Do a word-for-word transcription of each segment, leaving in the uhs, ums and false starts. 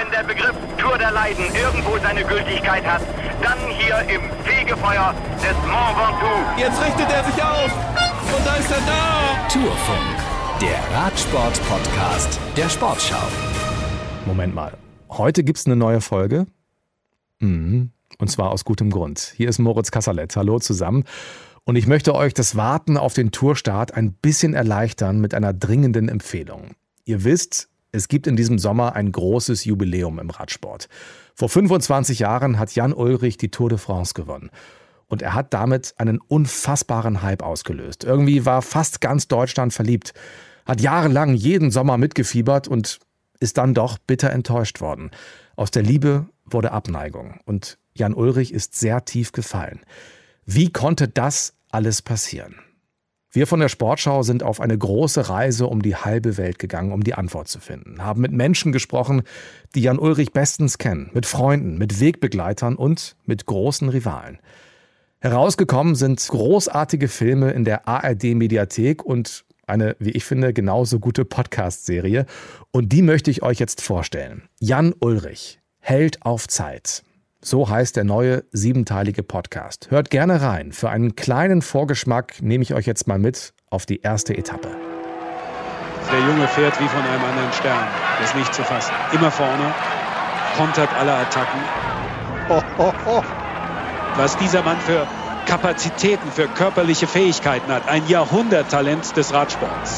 wenn der Begriff Tour der Leiden irgendwo seine Gültigkeit hat, dann hier im Fegefeuer des Mont Ventoux. Jetzt richtet er sich auf und da ist er da. Tourfunk, der Radsport-Podcast der Sportschau. Moment mal, heute gibt's eine neue Folge? Mhm. Und zwar aus gutem Grund. Hier ist Moritz Kasserlet. Hallo zusammen. Und ich möchte euch das Warten auf den Tourstart ein bisschen erleichtern mit einer dringenden Empfehlung. Ihr wisst, es gibt in diesem Sommer ein großes Jubiläum im Radsport. Vor fünfundzwanzig Jahren hat Jan Ullrich die Tour de France gewonnen. Und er hat damit einen unfassbaren Hype ausgelöst. Irgendwie war fast ganz Deutschland verliebt, hat jahrelang jeden Sommer mitgefiebert und ist dann doch bitter enttäuscht worden. Aus der Liebe wurde Abneigung und Jan Ullrich ist sehr tief gefallen. Wie konnte das alles passieren? Wir von der Sportschau sind auf eine große Reise um die halbe Welt gegangen, um die Antwort zu finden. Haben mit Menschen gesprochen, die Jan Ullrich bestens kennen, mit Freunden, mit Wegbegleitern und mit großen Rivalen. Herausgekommen sind großartige Filme in der A R D-Mediathek und eine, wie ich finde, genauso gute Podcast-Serie. Und die möchte ich euch jetzt vorstellen. Jan Ullrich, Held auf Zeit. So heißt der neue siebenteilige Podcast. Hört gerne rein. Für einen kleinen Vorgeschmack nehme ich euch jetzt mal mit auf die erste Etappe. Der Junge fährt wie von einem anderen Stern. Das ist nicht zu fassen. Immer vorne, kontert alle Attacken. Oh, oh, oh. Was dieser Mann für Kapazitäten, für körperliche Fähigkeiten hat. Ein Jahrhunderttalent des Radsports.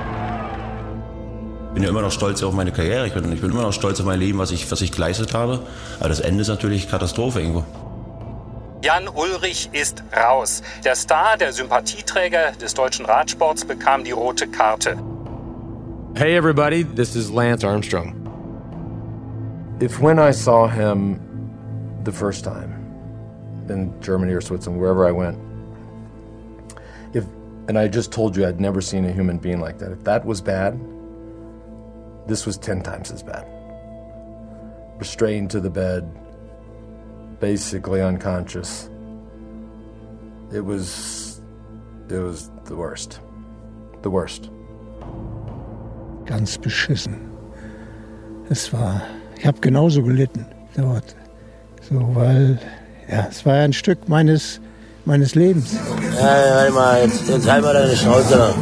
Ich bin ja immer noch stolz auf meine Karriere, ich bin, ich bin immer noch stolz auf mein Leben, was ich, was ich geleistet habe. Aber das Ende ist natürlich Katastrophe irgendwo. Jan Ullrich ist raus. Der Star, der Sympathieträger des deutschen Radsports, bekam die rote Karte. Hey everybody, this is Lance Armstrong. If when I saw him the first time in Germany or Switzerland, wherever I went, if and I just told you I'd never seen a human being like that, if that was bad, this was ten times as bad. Restrained to the bed, basically unconscious. It was, it was the worst. The worst. Ganz beschissen. Es war, ich habe genauso gelitten dort. So, weil, ja, es war ein Stück meines, meines Lebens. Ja, ja, halt mal, jetzt, jetzt halt mal deine Schnauze.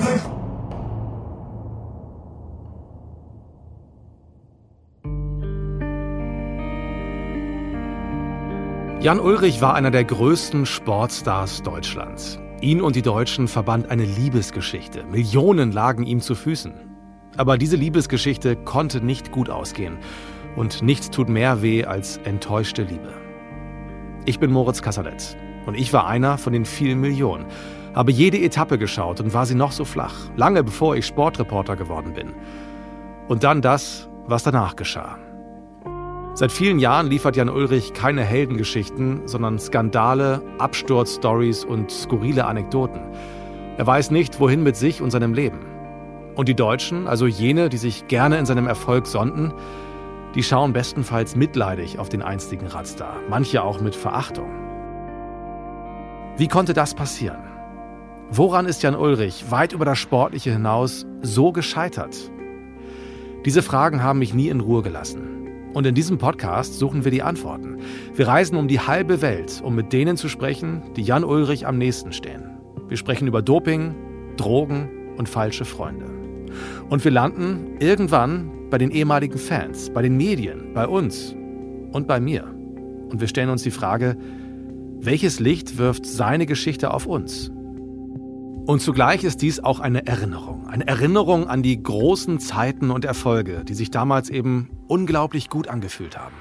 Jan Ullrich war einer der größten Sportstars Deutschlands. Ihn und die Deutschen verband eine Liebesgeschichte. Millionen lagen ihm zu Füßen. Aber diese Liebesgeschichte konnte nicht gut ausgehen. Und nichts tut mehr weh als enttäuschte Liebe. Ich bin Moritz Kasserlet. Und ich war einer von den vielen Millionen. Habe jede Etappe geschaut und war sie noch so flach. Lange bevor ich Sportreporter geworden bin. Und dann das, was danach geschah. Seit vielen Jahren liefert Jan Ullrich keine Heldengeschichten, sondern Skandale, Absturzstories und skurrile Anekdoten. Er weiß nicht, wohin mit sich und seinem Leben. Und die Deutschen, also jene, die sich gerne in seinem Erfolg sonden, die schauen bestenfalls mitleidig auf den einstigen Radstar, manche auch mit Verachtung. Wie konnte das passieren? Woran ist Jan Ullrich weit über das Sportliche hinaus so gescheitert? Diese Fragen haben mich nie in Ruhe gelassen. Und in diesem Podcast suchen wir die Antworten. Wir reisen um die halbe Welt, um mit denen zu sprechen, die Jan Ullrich am nächsten stehen. Wir sprechen über Doping, Drogen und falsche Freunde. Und wir landen irgendwann bei den ehemaligen Fans, bei den Medien, bei uns und bei mir. Und wir stellen uns die Frage, welches Licht wirft seine Geschichte auf uns? Und zugleich ist dies auch eine Erinnerung. Eine Erinnerung an die großen Zeiten und Erfolge, die sich damals eben unglaublich gut angefühlt haben.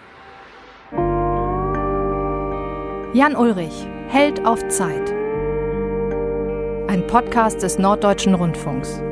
Jan Ullrich, Held auf Zeit. Ein Podcast des Norddeutschen Rundfunks.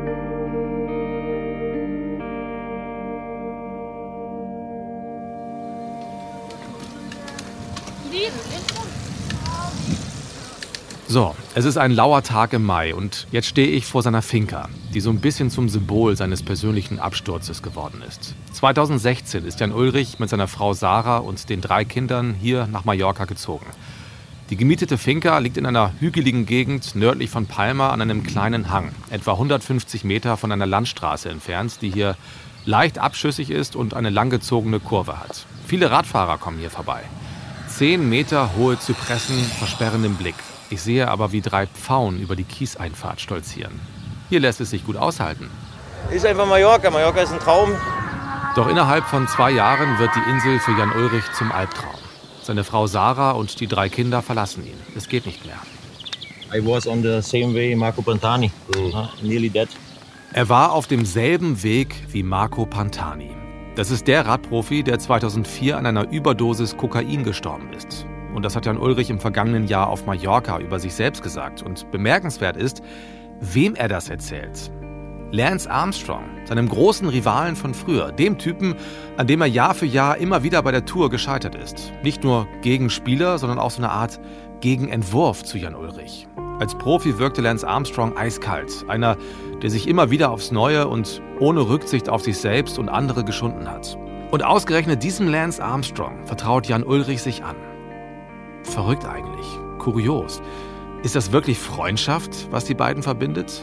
So, es ist ein lauer Tag im Mai und jetzt stehe ich vor seiner Finca, die so ein bisschen zum Symbol seines persönlichen Absturzes geworden ist. zweitausendsechzehn ist Jan Ullrich mit seiner Frau Sarah und den drei Kindern hier nach Mallorca gezogen. Die gemietete Finca liegt in einer hügeligen Gegend nördlich von Palma an einem kleinen Hang, etwa hundertfünfzig Meter von einer Landstraße entfernt, die hier leicht abschüssig ist und eine langgezogene Kurve hat. Viele Radfahrer kommen hier vorbei. Zehn Meter hohe Zypressen versperren den Blick. Ich sehe aber, wie drei Pfauen über die Kieseinfahrt stolzieren. Hier lässt es sich gut aushalten. Ist einfach Mallorca. Mallorca ist ein Traum. Doch innerhalb von zwei Jahren wird die Insel für Jan Ullrich zum Albtraum. Seine Frau Sarah und die drei Kinder verlassen ihn. Es geht nicht mehr. I was on the same way Marco Pantani. Uh, nearly dead. Er war auf demselben Weg wie Marco Pantani. Das ist der Radprofi, der zweitausendvier an einer Überdosis Kokain gestorben ist. Und das hat Jan Ullrich im vergangenen Jahr auf Mallorca über sich selbst gesagt. Und bemerkenswert ist, wem er das erzählt. Lance Armstrong, seinem großen Rivalen von früher, dem Typen, an dem er Jahr für Jahr immer wieder bei der Tour gescheitert ist. Nicht nur gegen Spieler, sondern auch so eine Art Gegenentwurf zu Jan Ullrich. Als Profi wirkte Lance Armstrong eiskalt, einer, der sich immer wieder aufs Neue und ohne Rücksicht auf sich selbst und andere geschunden hat. Und ausgerechnet diesem Lance Armstrong vertraut Jan Ullrich sich an. Verrückt eigentlich, kurios. Ist das wirklich Freundschaft, was die beiden verbindet?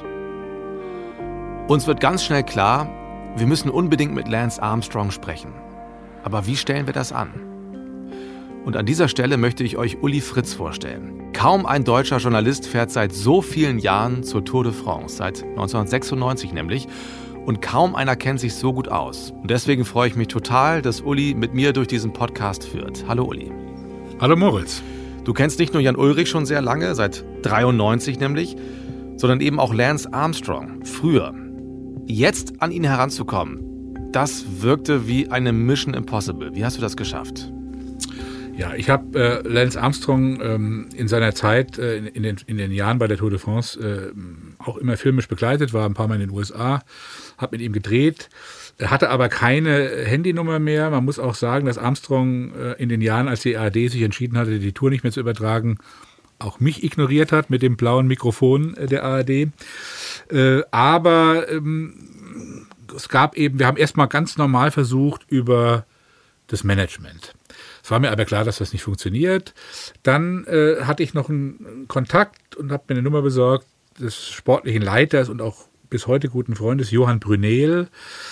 Uns wird ganz schnell klar, wir müssen unbedingt mit Lance Armstrong sprechen. Aber wie stellen wir das an? Und an dieser Stelle möchte ich euch Uli Fritz vorstellen. Kaum ein deutscher Journalist fährt seit so vielen Jahren zur Tour de France, seit neunzehnhundertsechsundneunzig nämlich. Und kaum einer kennt sich so gut aus. Und deswegen freue ich mich total, dass Uli mit mir durch diesen Podcast führt. Hallo Uli. Hallo Moritz. Du kennst nicht nur Jan Ullrich schon sehr lange, seit dreiundneunzig nämlich, sondern eben auch Lance Armstrong, früher. Jetzt an ihn heranzukommen, das wirkte wie eine Mission Impossible. Wie hast du das geschafft? Ja, ich habe äh, Lance Armstrong ähm, in seiner Zeit, äh, in, den, in den Jahren bei der Tour de France, äh, auch immer filmisch begleitet, war ein paar Mal in den U S A, habe mit ihm gedreht, hatte aber keine Handynummer mehr. Man muss auch sagen, dass Armstrong äh, in den Jahren, als die A R D sich entschieden hatte, die Tour nicht mehr zu übertragen, auch mich ignoriert hat mit dem blauen Mikrofon der A R D. Äh, aber ähm, es gab eben, wir haben erstmal ganz normal versucht über das Management. Es war mir aber klar, dass das nicht funktioniert. Dann äh, hatte ich noch einen Kontakt und habe mir eine Nummer besorgt des sportlichen Leiters und auch bis heute guten Freundes Johann Brunel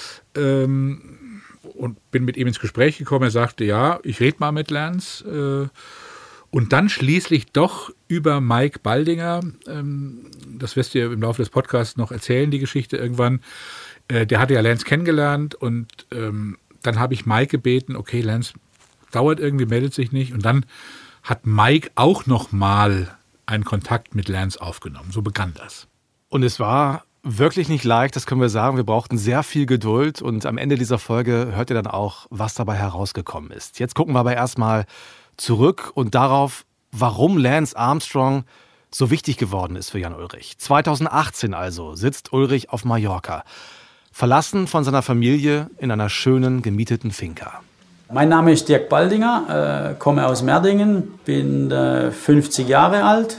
ähm, und bin mit ihm ins Gespräch gekommen. Er sagte, ja, ich rede mal mit Lance. Äh, Und dann schließlich doch über Mike Baldinger, ähm, das wirst du ja im Laufe des Podcasts noch erzählen, die Geschichte irgendwann, äh, der hatte ja Lance kennengelernt und ähm, dann habe ich Mike gebeten, okay, Lance dauert irgendwie, meldet sich nicht und dann hat Mike auch nochmal einen Kontakt mit Lance aufgenommen. So begann das. Und es war wirklich nicht leicht, das können wir sagen. Wir brauchten sehr viel Geduld und am Ende dieser Folge hört ihr dann auch, was dabei herausgekommen ist. Jetzt gucken wir aber erstmal zurück und darauf, warum Lance Armstrong so wichtig geworden ist für Jan Ullrich. zweitausendachtzehn also sitzt Ullrich auf Mallorca, verlassen von seiner Familie in einer schönen, gemieteten Finca. Mein Name ist Dirk Baldinger, äh, komme aus Merdingen, bin äh, fünfzig Jahre alt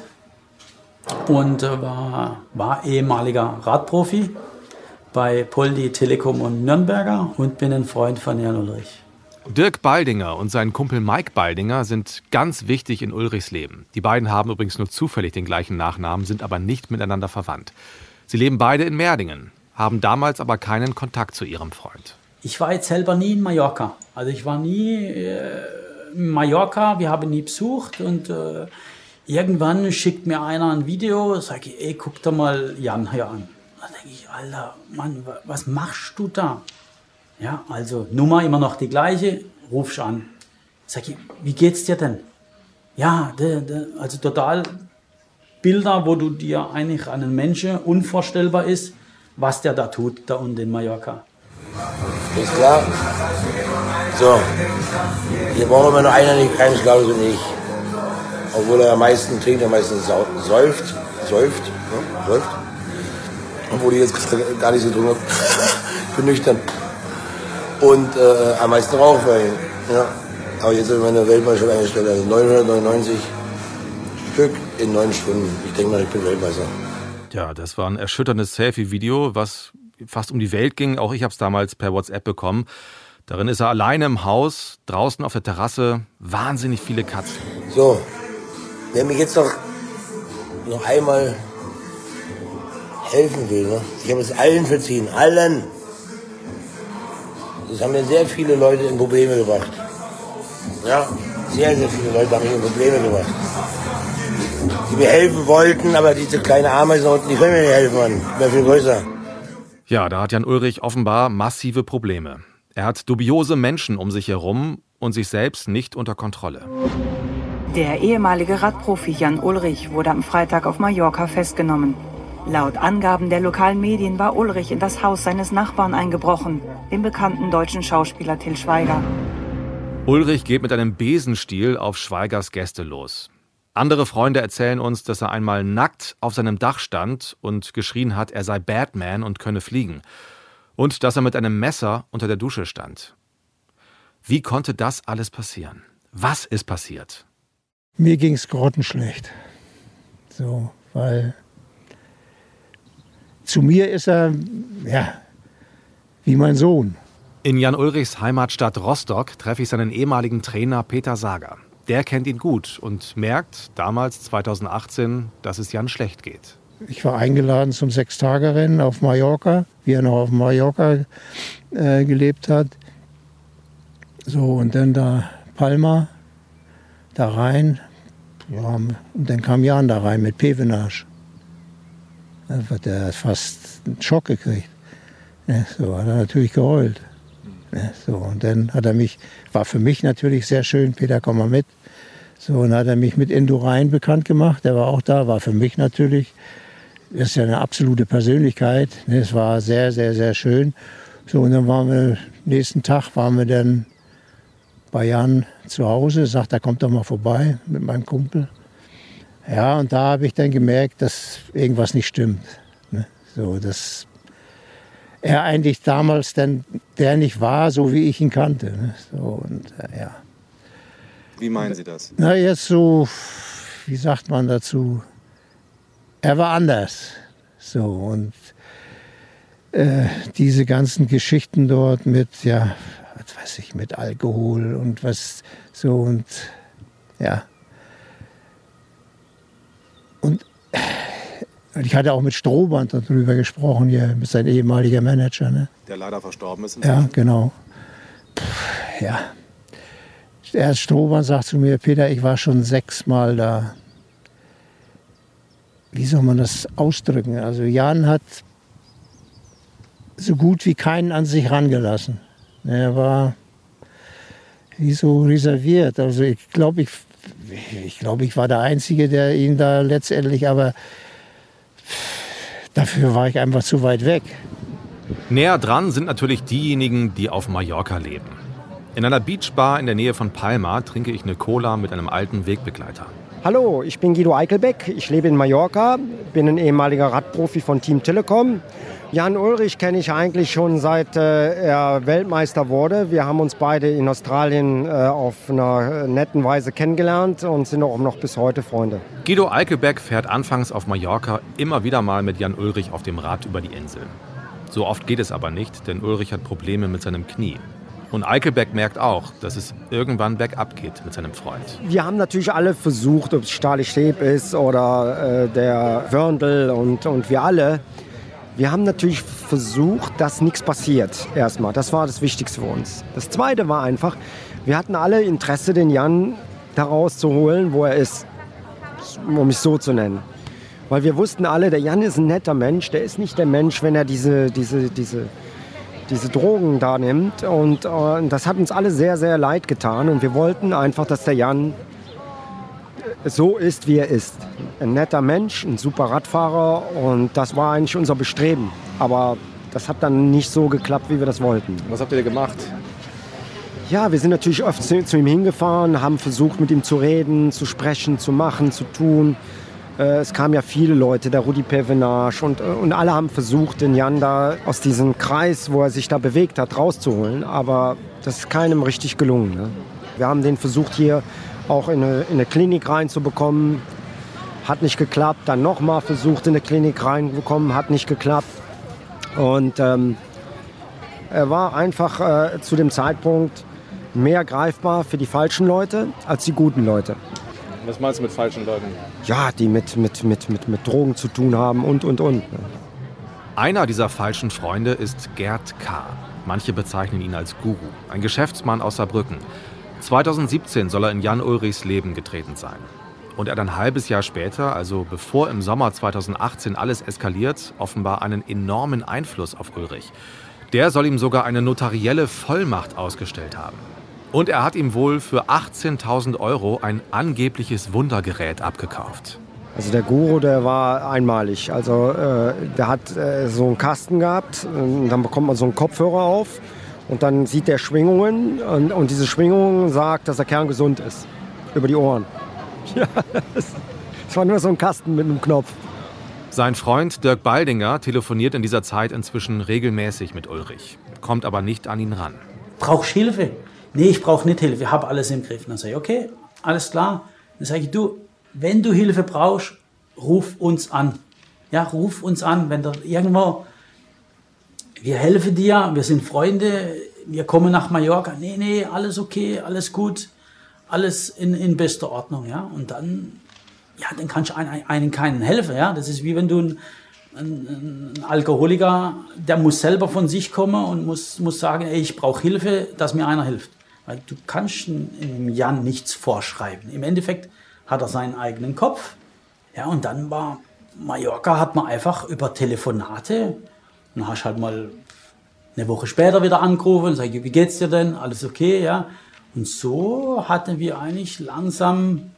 und äh, war, war ehemaliger Radprofi bei Poldi, Telekom und Nürnberger und bin ein Freund von Jan Ullrich. Dirk Baldinger und sein Kumpel Mike Baldinger sind ganz wichtig in Ullrichs Leben. Die beiden haben übrigens nur zufällig den gleichen Nachnamen, sind aber nicht miteinander verwandt. Sie leben beide in Merdingen, haben damals aber keinen Kontakt zu ihrem Freund. Ich war jetzt selber nie in Mallorca. Also ich war nie äh, in Mallorca, wir haben nie besucht und äh, irgendwann schickt mir einer ein Video, sage ich, ey, guck doch mal Jan hier an. Da denke ich, Alter, Mann, was machst du da? Ja, also Nummer immer noch die gleiche, rufst an. Sag ich, wie geht's dir denn? Ja, de, de, also total Bilder, wo du dir eigentlich einen Menschen unvorstellbar ist, was der da tut, da unten in Mallorca. Ist klar? So, hier brauchen wir nur einer, nicht keinen Schlaues und ich. Obwohl er am meisten trinkt, am meisten säuft, säuft, ne? säuft. Obwohl ich jetzt gar nicht so drin habe. Ich bin nüchtern. Und äh, am meisten raucht, weil, ja. Aber jetzt habe ich meine Weltmeisterschaft eingestellt, also neunhundertneunundneunzig Stück in neun Stunden. Ich denke mal, ich bin Weltmeister. Ja, das war ein erschütterndes Selfie-Video, was fast um die Welt ging. Auch ich habe es damals per WhatsApp bekommen. Darin ist er alleine im Haus, draußen auf der Terrasse, wahnsinnig viele Katzen. So, wer mir jetzt noch, noch einmal helfen will, ne? Ich habe es allen verziehen, allen. Das haben mir sehr viele Leute in Probleme gebracht. Ja, sehr, sehr viele Leute haben mich in Probleme gebracht. Die mir helfen wollten, aber diese kleine Ameisen unten, die können mir nicht helfen, Mann. Ich bin viel größer. Ja, da hat Jan Ullrich offenbar massive Probleme. Er hat dubiose Menschen um sich herum und sich selbst nicht unter Kontrolle. Der ehemalige Radprofi Jan Ullrich wurde am Freitag auf Mallorca festgenommen. Laut Angaben der lokalen Medien war Ullrich in das Haus seines Nachbarn eingebrochen, dem bekannten deutschen Schauspieler Til Schweiger. Ullrich geht mit einem Besenstiel auf Schweigers Gäste los. Andere Freunde erzählen uns, dass er einmal nackt auf seinem Dach stand und geschrien hat, er sei Batman und könne fliegen. Und dass er mit einem Messer unter der Dusche stand. Wie konnte das alles passieren? Was ist passiert? Mir ging es grottenschlecht. So, weil zu mir ist er, ja, wie mein Sohn. In Jan Ullrichs Heimatstadt Rostock treffe ich seinen ehemaligen Trainer Peter Sager. Der kennt ihn gut und merkt damals zweitausendachtzehn, dass es Jan schlecht geht. Ich war eingeladen zum Sechstagerennen auf Mallorca, wie er noch auf Mallorca äh, gelebt hat. So, und dann da Palma, da rein. Ja, und dann kam Jan da rein mit Pevenage. Der hat fast einen Schock gekriegt. Ja, so hat er natürlich geheult. Ja, so, und dann hat er mich, war für mich natürlich sehr schön, Peter, komm mal mit. So, und hat er mich mit Indurain bekannt gemacht. Der war auch da, war für mich natürlich, das ist ja eine absolute Persönlichkeit. Es war sehr, sehr, sehr schön. So, und dann waren wir, nächsten Tag waren wir dann bei Jan zu Hause, sagt, er kommt doch mal vorbei mit meinem Kumpel. Ja, und da habe ich dann gemerkt, dass irgendwas nicht stimmt. Ne? So, dass er eigentlich damals dann der nicht war, so wie ich ihn kannte. Ne? So, und, äh, ja. Wie meinen Sie das? Na, jetzt so, wie sagt man dazu? Er war anders. So, und äh, diese ganzen Geschichten dort mit, ja, was weiß ich, mit Alkohol und was so und ja. Und ich hatte auch mit Strohband darüber gesprochen, hier mit seinem ehemaligen Manager. Ne? Der leider verstorben ist. Ja, genau. Puh, ja. Der Strohband sagt zu mir, Peter, ich war schon sechsmal da. Wie soll man das ausdrücken? Also Jan hat so gut wie keinen an sich rangelassen. Er war wie so reserviert. Also ich glaube, ich, ich, glaub, ich war der Einzige, der ihn da letztendlich, aber dafür war ich einfach zu weit weg. Näher dran sind natürlich diejenigen, die auf Mallorca leben. In einer Beachbar in der Nähe von Palma trinke ich eine Cola mit einem alten Wegbegleiter. Hallo, ich bin Guido Eickelbeck, ich lebe in Mallorca, bin ein ehemaliger Radprofi von Team Telekom. Jan Ullrich kenne ich eigentlich schon seit äh, er Weltmeister wurde. Wir haben uns beide in Australien äh, auf einer netten Weise kennengelernt und sind auch noch bis heute Freunde. Guido Eickelbeck fährt anfangs auf Mallorca immer wieder mal mit Jan Ullrich auf dem Rad über die Insel. So oft geht es aber nicht, denn Ullrich hat Probleme mit seinem Knie. Und Eickelbeck merkt auch, dass es irgendwann bergab geht mit seinem Freund. Wir haben natürlich alle versucht, ob es Stali Steb ist oder äh, der Wörndl und, und wir alle. Wir haben natürlich versucht, dass nichts passiert erstmal. Das war das Wichtigste für uns. Das Zweite war einfach, wir hatten alle Interesse, den Jan daraus zu holen, wo er ist, um es so zu nennen. Weil wir wussten alle, der Jan ist ein netter Mensch. Der ist nicht der Mensch, wenn er diese, diese, diese, diese Drogen da nimmt. Und äh, das hat uns alle sehr, sehr leid getan. Und wir wollten einfach, dass der Jan so ist, wie er ist. Ein netter Mensch, ein super Radfahrer und das war eigentlich unser Bestreben. Aber das hat dann nicht so geklappt, wie wir das wollten. Was habt ihr gemacht? Ja, wir sind natürlich oft zu, zu ihm hingefahren, haben versucht, mit ihm zu reden, zu sprechen, zu machen, zu tun. Äh, es kamen ja viele Leute, der Rudi Pevenage und, und alle haben versucht, den Jan da aus diesem Kreis, wo er sich da bewegt hat, rauszuholen. Aber das ist keinem richtig gelungen. Ne? Wir haben den versucht, hier auch in eine, in eine Klinik reinzubekommen. Hat nicht geklappt. Dann nochmal versucht, in eine Klinik reinzubekommen. Hat nicht geklappt. Und ähm, er war einfach äh, zu dem Zeitpunkt mehr greifbar für die falschen Leute als die guten Leute. Was meinst du mit falschen Leuten? Ja, die mit, mit, mit, mit, mit Drogen zu tun haben und, und, und. Einer dieser falschen Freunde ist Gerd K. Manche bezeichnen ihn als Guru, ein Geschäftsmann aus Saarbrücken. zweitausendsiebzehn soll er in Jan Ullrichs Leben getreten sein. Und er hat ein halbes Jahr später, also bevor im Sommer zweitausendachtzehn alles eskaliert, offenbar einen enormen Einfluss auf Ullrich. Der soll ihm sogar eine notarielle Vollmacht ausgestellt haben. Und er hat ihm wohl für achtzehntausend Euro ein angebliches Wundergerät abgekauft. Also der Guru, der war einmalig. Also äh, der hat äh, so einen Kasten gehabt, und dann bekommt man so einen Kopfhörer auf und dann sieht der Schwingungen und, und diese Schwingungen sagt, dass der Kern gesund ist. Über die Ohren. Ja, das, das war nur so ein Kasten mit einem Knopf. Sein Freund Dirk Baldinger telefoniert in dieser Zeit inzwischen regelmäßig mit Ullrich, kommt aber nicht an ihn ran. Brauchst Hilfe? Nee, ich brauche nicht Hilfe, ich habe alles im Griff. Dann sage ich, okay, alles klar. Dann sage ich, du, wenn du Hilfe brauchst, ruf uns an. Ja, ruf uns an, wenn du irgendwo, wir helfen dir, wir sind Freunde, wir kommen nach Mallorca. Nee, nee, alles okay, alles gut, alles in, in bester Ordnung, ja. Und dann, ja, dann kannst du einen, einen keinen helfen, ja. Das ist wie wenn du ein, ein, ein Alkoholiker, der muss selber von sich kommen und muss, muss sagen, ey, ich brauche Hilfe, dass mir einer hilft. Weil du kannst dem Jan nichts vorschreiben. Im Endeffekt hat er seinen eigenen Kopf. Ja, und dann war Mallorca, hat man einfach über Telefonate, dann hast du halt mal eine Woche später wieder angerufen und sagst, wie geht's dir denn? Alles okay, ja. Und so hatten wir eigentlich langsam,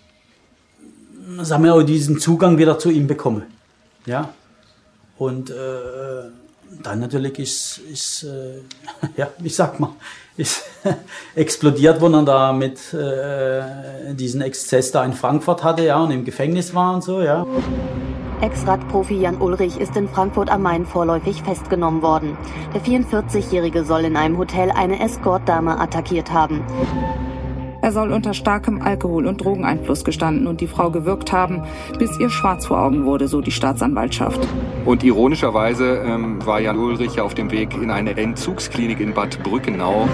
sagen wir, auch diesen Zugang wieder zu ihm bekommen. Ja. Und äh, dann natürlich ist, ist äh, ja, ich sag mal, ist explodiert, wo er da mit äh, diesen Exzess da in Frankfurt hatte, ja, und im Gefängnis war und so, ja. Ex-Radprofi Jan Ullrich ist in Frankfurt am Main vorläufig festgenommen worden. Der vierundvierzigjährige soll in einem Hotel eine Escortdame attackiert haben. Er soll unter starkem Alkohol- und Drogeneinfluss gestanden und die Frau gewürgt haben, bis ihr schwarz vor Augen wurde, so die Staatsanwaltschaft. Und ironischerweise ähm, war Jan Ullrich auf dem Weg in eine Entzugsklinik in Bad Brückenau.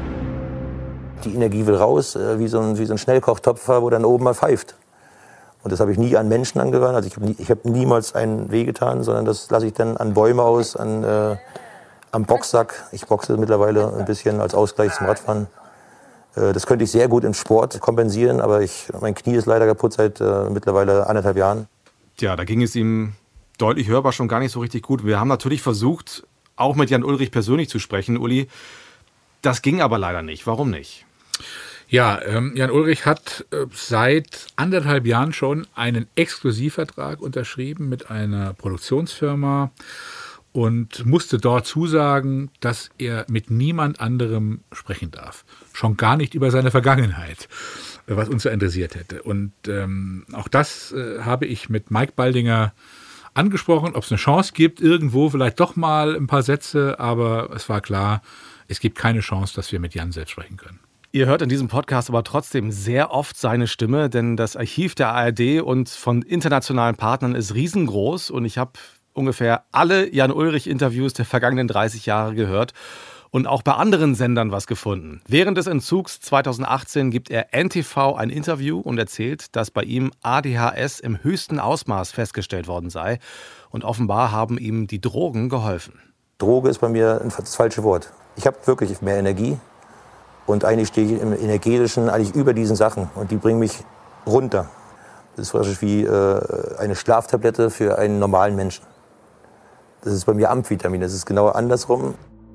Die Energie will raus, äh, wie, so ein, wie so ein Schnellkochtopf, wo dann oben mal pfeift. Und das habe ich nie an Menschen angewandt. Also ich habe nie, ich hab niemals einen wehgetan, sondern das lasse ich dann an Bäume aus, an, äh, am Boxsack. Ich boxe mittlerweile ein bisschen als Ausgleich zum Radfahren. Das könnte ich sehr gut im Sport kompensieren, aber ich, mein Knie ist leider kaputt seit äh, mittlerweile anderthalb Jahren. Tja, da ging es ihm deutlich hörbar schon gar nicht so richtig gut. Wir haben natürlich versucht, auch mit Jan Ullrich persönlich zu sprechen, Uli. Das ging aber leider nicht. Warum nicht? Ja, ähm, Jan Ullrich hat äh, seit anderthalb Jahren schon einen Exklusivvertrag unterschrieben mit einer Produktionsfirma und musste dort zusagen, dass er mit niemand anderem sprechen darf. Schon gar nicht über seine Vergangenheit, was uns so interessiert hätte. Und ähm, auch das äh, habe ich mit Mike Baldinger angesprochen, ob es eine Chance gibt, irgendwo vielleicht doch mal ein paar Sätze, aber es war klar, es gibt keine Chance, dass wir mit Jan selbst sprechen können. Ihr hört in diesem Podcast aber trotzdem sehr oft seine Stimme, denn das Archiv der A R D und von internationalen Partnern ist riesengroß und ich habe ungefähr alle Jan Ullrich-Interviews der vergangenen dreißig Jahre gehört und auch bei anderen Sendern was gefunden. Während des Entzugs zweitausendachtzehn gibt er N T V ein Interview und erzählt, dass bei ihm A D H S im höchsten Ausmaß festgestellt worden sei und offenbar haben ihm die Drogen geholfen. Droge ist bei mir das falsche Wort. Ich habe wirklich mehr Energie und eigentlich stehe ich im Energetischen eigentlich über diesen Sachen und die bringen mich runter. Das ist praktisch wie äh, eine Schlaftablette für einen normalen Menschen. Das ist bei mir Amphetamin, das ist genau andersrum.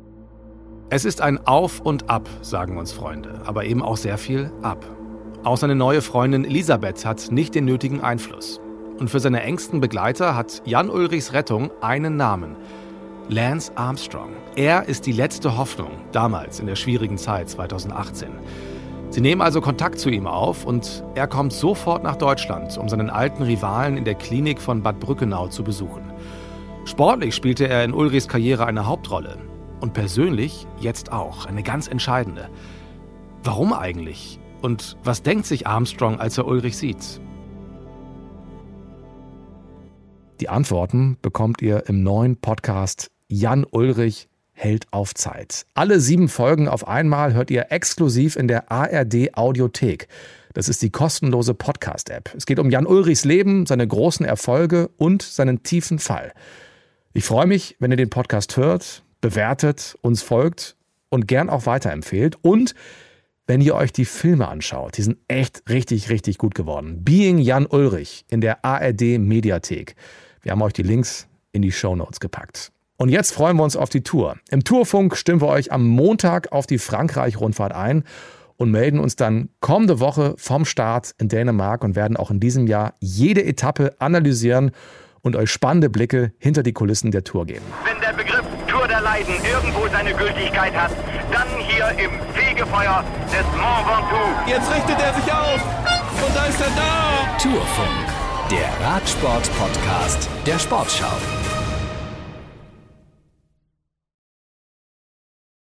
Es ist ein Auf und Ab, sagen uns Freunde, aber eben auch sehr viel ab. Auch seine neue Freundin Elisabeth hat nicht den nötigen Einfluss. Und für seine engsten Begleiter hat Jan Ullrichs Rettung einen Namen: Lance Armstrong. Er ist die letzte Hoffnung, damals in der schwierigen Zeit zweitausendachtzehn. Sie nehmen also Kontakt zu ihm auf und er kommt sofort nach Deutschland, um seinen alten Rivalen in der Klinik von Bad Brückenau zu besuchen. Sportlich spielte er in Ullrichs Karriere eine Hauptrolle. Und persönlich jetzt auch, eine ganz entscheidende. Warum eigentlich? Und was denkt sich Armstrong, als er Ullrich sieht? Die Antworten bekommt ihr im neuen Podcast Jan Ullrich hält auf Zeit. Alle sieben Folgen auf einmal hört ihr exklusiv in der A R D Audiothek. Das ist die kostenlose Podcast-App. Es geht um Jan Ullrichs Leben, seine großen Erfolge und seinen tiefen Fall. Ich freue mich, wenn ihr den Podcast hört. bewertet, uns folgt und gern auch weiterempfehlt. Und wenn ihr euch die Filme anschaut, die sind echt richtig, richtig gut geworden. Being Jan Ullrich in der A R D-Mediathek. Wir haben euch die Links in die Shownotes gepackt. Und jetzt freuen wir uns auf die Tour. Im Tourfunk stimmen wir euch am Montag auf die Frankreich-Rundfahrt ein und melden uns dann kommende Woche vom Start in Dänemark und werden auch in diesem Jahr jede Etappe analysieren und euch spannende Blicke hinter die Kulissen der Tour geben. Wenn der Begriff Tour der Leiden irgendwo seine Gültigkeit hat, dann hier im Fegefeuer des Mont Ventoux. Jetzt richtet er sich auf und da ist er da. Tourfunk, der Radsport-Podcast der Sportschau.